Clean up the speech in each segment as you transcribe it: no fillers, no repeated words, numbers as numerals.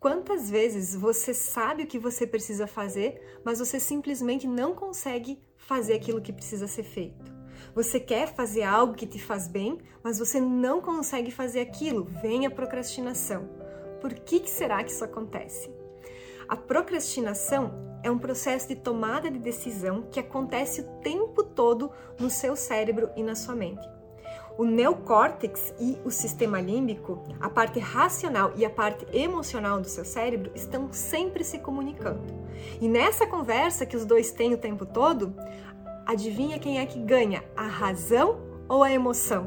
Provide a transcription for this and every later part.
Quantas vezes você sabe o que você precisa fazer, mas você simplesmente não consegue fazer aquilo que precisa ser feito? Você quer fazer algo que te faz bem, mas você não consegue fazer aquilo. Vem a procrastinação. Por que será que isso acontece? A procrastinação é um processo de tomada de decisão que acontece o tempo todo no seu cérebro e na sua mente. O neocórtex e o sistema límbico, a parte racional e a parte emocional do seu cérebro, estão sempre se comunicando. E nessa conversa que os dois têm o tempo todo, adivinha quem é que ganha? A razão ou a emoção?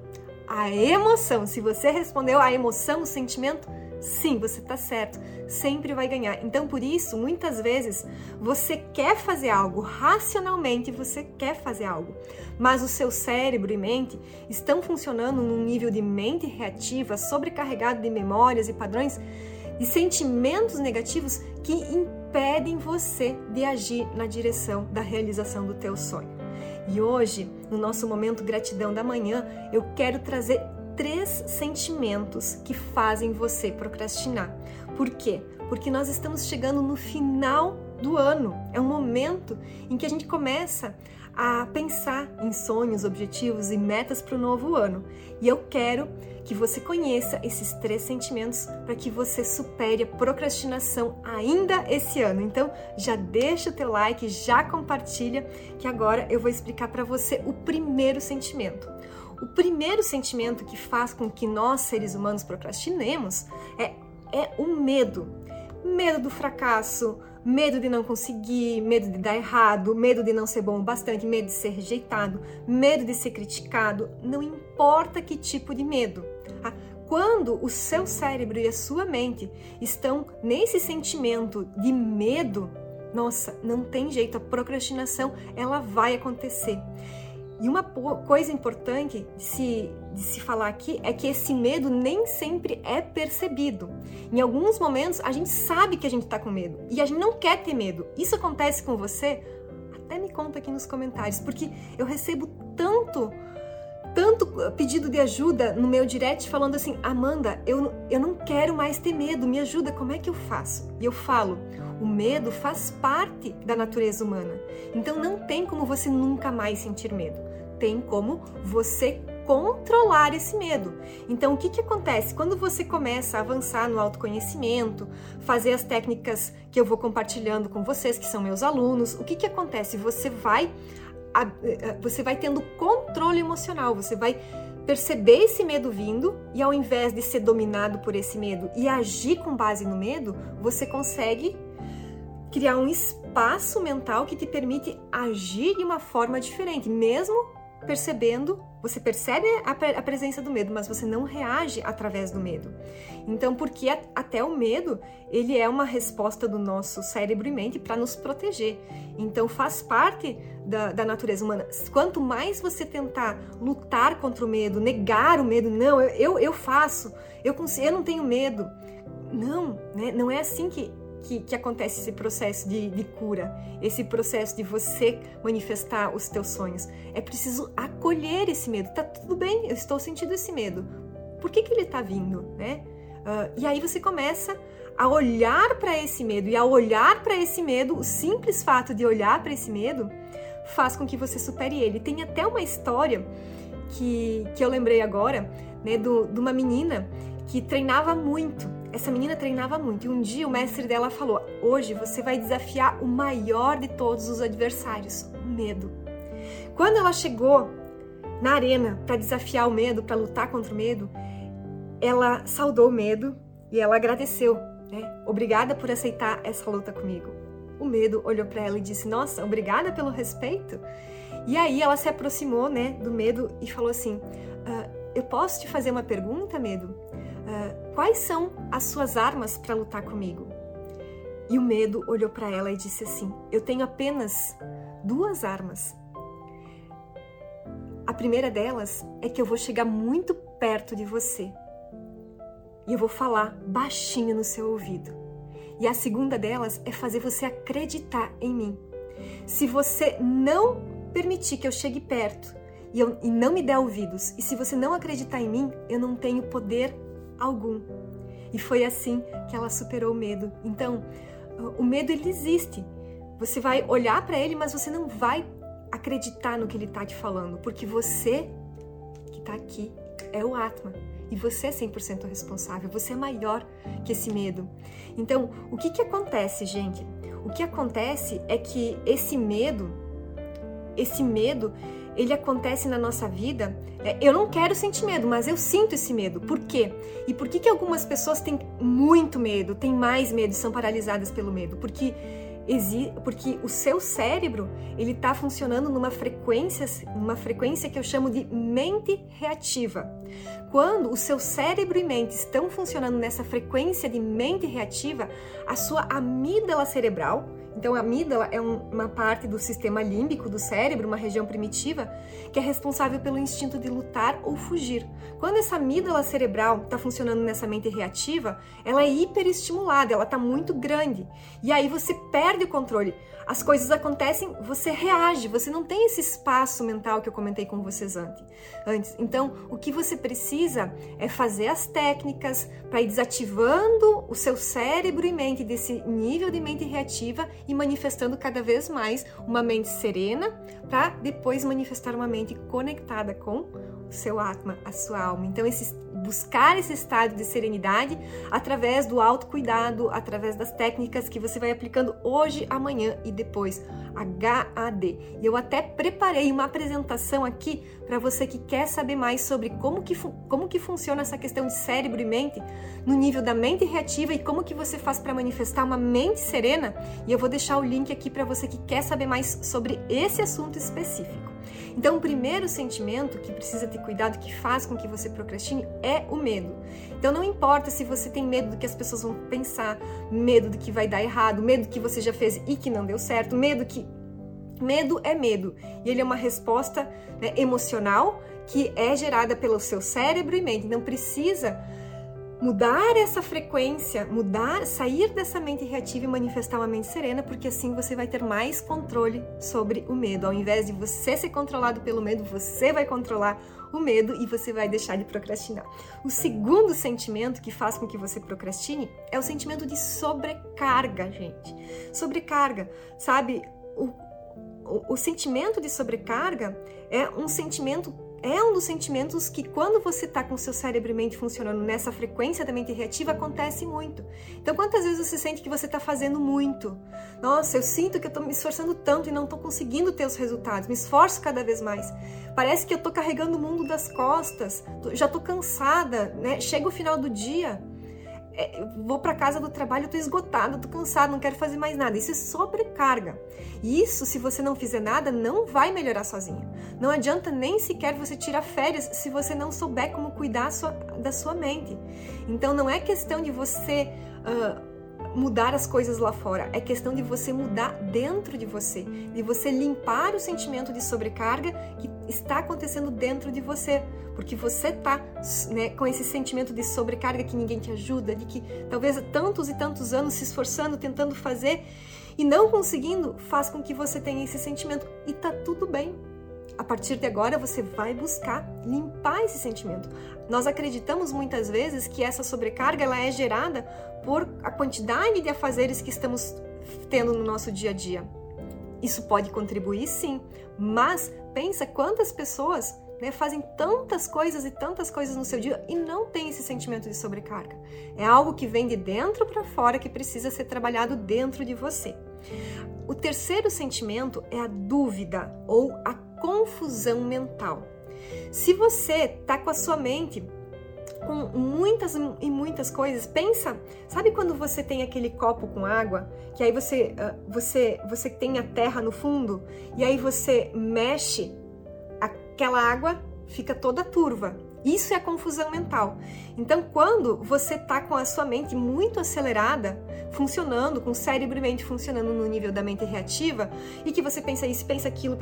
A emoção. Se você respondeu a emoção, o sentimento, sim, você está certo. Sempre vai ganhar. Então, por isso, muitas vezes, você quer fazer algo, racionalmente você quer fazer algo, mas o seu cérebro e mente estão funcionando num nível de mente reativa, sobrecarregado de memórias e padrões e sentimentos negativos que impedem você de agir na direção da realização do teu sonho. E hoje, no nosso momento Gratidão da Manhã, eu quero trazer 3 sentimentos que fazem você procrastinar. Por quê? Porque nós estamos chegando no final do ano. É um momento em que a gente começa a pensar em sonhos, objetivos e metas para o novo ano. E eu quero que você conheça esses 3 sentimentos para que você supere a procrastinação ainda esse ano. Então, já deixa o teu like, já compartilha, que agora eu vou explicar para você o primeiro sentimento. O primeiro sentimento que faz com que nós, seres humanos, procrastinemos é o medo. Medo do fracasso, medo de não conseguir, medo de dar errado, medo de não ser bom o bastante, medo de ser rejeitado, medo de ser criticado, não importa que tipo de medo. Tá? Quando o seu cérebro e a sua mente estão nesse sentimento de medo, nossa, não tem jeito, a procrastinação ela vai acontecer. E uma coisa importante de se falar aqui é que esse medo nem sempre é percebido. Em alguns momentos, a gente sabe que a gente está com medo e a gente não quer ter medo. Isso acontece com você? Até me conta aqui nos comentários, porque eu recebo tanto pedido de ajuda no meu direct falando assim: Amanda, eu não quero mais ter medo, me ajuda, como é que eu faço? E eu falo, o medo faz parte da natureza humana, então não tem como você nunca mais sentir medo. Tem como você controlar esse medo. Então, o que acontece? Quando você começa a avançar no autoconhecimento, fazer as técnicas que eu vou compartilhando com vocês, que são meus alunos, o que acontece? Você vai tendo controle emocional, você vai perceber esse medo vindo e ao invés de ser dominado por esse medo e agir com base no medo, você consegue criar um espaço mental que te permite agir de uma forma diferente, mesmo percebendo, você percebe a presença do medo, mas você não reage através do medo. Então, porque até o medo, ele é uma resposta do nosso cérebro e mente para nos proteger. Então, faz parte da natureza humana. Quanto mais você tentar lutar contra o medo, negar o medo, não, eu faço, eu não tenho medo. Não, né? Não é assim que acontece esse processo de cura, esse processo de você manifestar os teus sonhos. É preciso acolher esse medo. Tá tudo bem, eu estou sentindo esse medo. Por que ele está vindo, né? E aí você começa a olhar para esse medo. E ao olhar para esse medo, o simples fato de olhar para esse medo faz com que você supere ele. Tem até uma história que eu lembrei agora, né, de uma menina que treinava muito. Essa menina treinava muito e um dia o mestre dela falou: hoje você vai desafiar o maior de todos os adversários, o medo. Quando ela chegou na arena para desafiar o medo, para lutar contra o medo, ela saudou o medo e ela agradeceu, né? Obrigada por aceitar essa luta comigo. O medo olhou para ela e disse: nossa, obrigada pelo respeito. E aí ela se aproximou, né, do medo e falou assim: eu posso te fazer uma pergunta, medo? Quais são as suas armas para lutar comigo? E o medo olhou para ela e disse assim: eu tenho apenas 2 armas. A primeira delas é que eu vou chegar muito perto de você e eu vou falar baixinho no seu ouvido. E a segunda delas é fazer você acreditar em mim. Se você não permitir que eu chegue perto e não me der ouvidos, e se você não acreditar em mim, eu não tenho poder algum. E foi assim que ela superou o medo. Então, o medo, ele existe. Você vai olhar para ele, mas você não vai acreditar no que ele está te falando, porque você que está aqui é o Atma. E você é 100% responsável, você é maior que esse medo. Então, o que acontece, gente? O que acontece é que esse medo, ele acontece na nossa vida. Eu não quero sentir medo, mas eu sinto esse medo. Por quê? E por que algumas pessoas têm muito medo, têm mais medo, são paralisadas pelo medo? Porque o seu cérebro, ele está funcionando numa frequência que eu chamo de mente reativa. Quando o seu cérebro e mente estão funcionando nessa frequência de mente reativa, a sua amígdala cerebral, então a amígdala é uma parte do sistema límbico do cérebro, uma região primitiva, que é responsável pelo instinto de lutar ou fugir. Quando essa amígdala cerebral está funcionando nessa mente reativa, ela é hiperestimulada, ela está muito grande. E aí você perde o controle. As coisas acontecem, você reage, você não tem esse espaço mental que eu comentei com vocês antes. Então, o que você precisa é fazer as técnicas para ir desativando o seu cérebro e mente desse nível de mente reativa e manifestando cada vez mais uma mente serena, para depois manifestar uma mente conectada com o seu Atma, a sua alma. Então, buscar esse estado de serenidade através do autocuidado, através das técnicas que você vai aplicando hoje, amanhã e depois. HAD. E eu até preparei uma apresentação aqui para você que quer saber mais sobre como que funciona essa questão de cérebro e mente no nível da mente reativa e como que você faz para manifestar uma mente serena. E eu vou deixar o link aqui para você que quer saber mais sobre esse assunto específico. Então, o primeiro sentimento que precisa ter cuidado, que faz com que você procrastine, é o medo. Então, não importa se você tem medo do que as pessoas vão pensar, medo do que vai dar errado, medo que você já fez e que não deu certo, Medo é medo. E ele é uma resposta, né, emocional que é gerada pelo seu cérebro e mente. Então, precisa mudar essa frequência, sair dessa mente reativa e manifestar uma mente serena, porque assim você vai ter mais controle sobre o medo. Ao invés de você ser controlado pelo medo, você vai controlar o medo e você vai deixar de procrastinar. O segundo sentimento que faz com que você procrastine é o sentimento de sobrecarga, gente. Sobrecarga, sabe? O sentimento de sobrecarga é um dos sentimentos que, quando você está com o seu cérebro e mente funcionando nessa frequência da mente reativa, acontece muito. Então, quantas vezes você sente que você está fazendo muito? Nossa, eu sinto que eu estou me esforçando tanto e não estou conseguindo ter os resultados. Me esforço cada vez mais. Parece que eu estou carregando o mundo das costas. Já estou cansada, né? Chega o final do dia, vou para casa do trabalho, eu estou esgotada, estou cansada, não quero fazer mais nada. Isso é sobrecarga. E isso, se você não fizer nada, não vai melhorar sozinho. Não adianta nem sequer você tirar férias se você não souber como cuidar da sua mente. Então, não é questão de você mudar as coisas lá fora, é questão de você mudar dentro de você, de você limpar o sentimento de sobrecarga que está acontecendo dentro de você, porque você está, né, com esse sentimento de sobrecarga que ninguém te ajuda, de que talvez há tantos e tantos anos se esforçando, tentando fazer e não conseguindo, faz com que você tenha esse sentimento, e tá tudo bem. A partir de agora, você vai buscar limpar esse sentimento. Nós acreditamos muitas vezes que essa sobrecarga ela é gerada por a quantidade de afazeres que estamos tendo no nosso dia a dia. Isso pode contribuir, sim, mas pensa quantas pessoas, né, fazem tantas coisas e tantas coisas no seu dia e não tem esse sentimento de sobrecarga. É algo que vem de dentro para fora, que precisa ser trabalhado dentro de você. O terceiro sentimento é a dúvida ou a confusão mental. Se você está com a sua mente com muitas e muitas coisas, pensa, sabe quando você tem aquele copo com água, que aí você tem a terra no fundo, e aí você mexe, aquela água fica toda turva. Isso é a confusão mental. Então, quando você está com a sua mente muito acelerada, funcionando, com o cérebro e mente funcionando no nível da mente reativa, e que você pensa isso, pensa aquilo,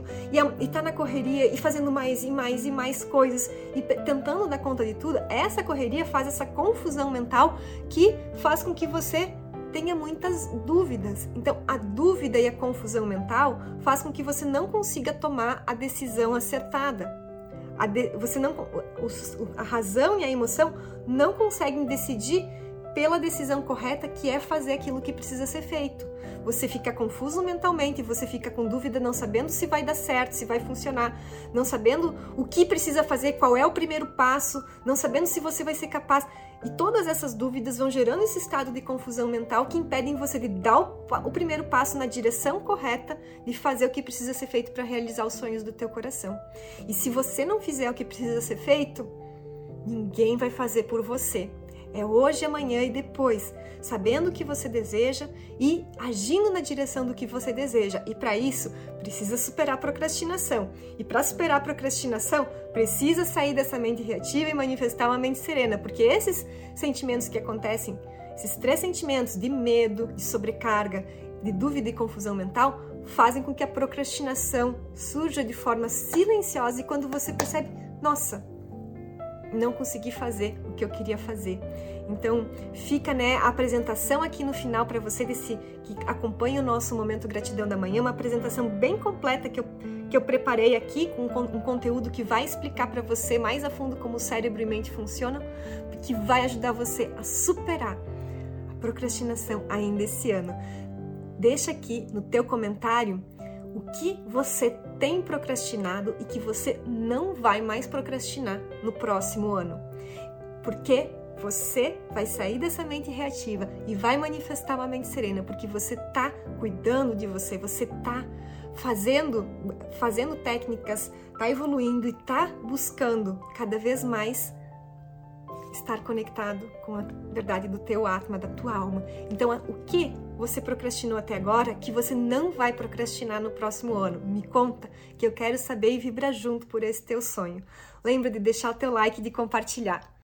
e está na correria, e fazendo mais e mais e mais coisas, e tentando dar conta de tudo, essa correria faz essa confusão mental que faz com que você tenha muitas dúvidas. Então, a dúvida e a confusão mental faz com que você não consiga tomar a decisão acertada. a razão e a emoção não conseguem decidir pela decisão correta, que é fazer aquilo que precisa ser feito. Você fica confuso mentalmente, você fica com dúvida, não sabendo se vai dar certo, se vai funcionar, não sabendo o que precisa fazer, qual é o primeiro passo, não sabendo se você vai ser capaz. E todas essas dúvidas vão gerando esse estado de confusão mental que impedem você de dar o primeiro passo na direção correta de fazer o que precisa ser feito para realizar os sonhos do teu coração. E se você não fizer o que precisa ser feito, ninguém vai fazer por você. É hoje, amanhã e depois, sabendo o que você deseja e agindo na direção do que você deseja. E para isso, precisa superar a procrastinação. E para superar a procrastinação, precisa sair dessa mente reativa e manifestar uma mente serena, porque esses sentimentos que acontecem, esses 3 sentimentos de medo, de sobrecarga, de dúvida e confusão mental, fazem com que a procrastinação surja de forma silenciosa e quando você percebe, nossa, não consegui fazer o que eu queria fazer. Então, fica a apresentação aqui no final para você que acompanha o nosso Momento Gratidão da Manhã, uma apresentação bem completa que eu preparei aqui, com um conteúdo que vai explicar para você mais a fundo como o cérebro e mente funcionam, que vai ajudar você a superar a procrastinação ainda esse ano. Deixa aqui no teu comentário o que você tem procrastinado e que você não vai mais procrastinar no próximo ano. Porque você vai sair dessa mente reativa e vai manifestar uma mente serena, porque você está cuidando de você, você está fazendo técnicas, está evoluindo e está buscando cada vez mais estar conectado com a verdade do teu Atma, da tua alma. Então, o que você procrastinou até agora, que você não vai procrastinar no próximo ano? Me conta, que eu quero saber e vibrar junto por esse teu sonho. Lembra de deixar o teu like e de compartilhar.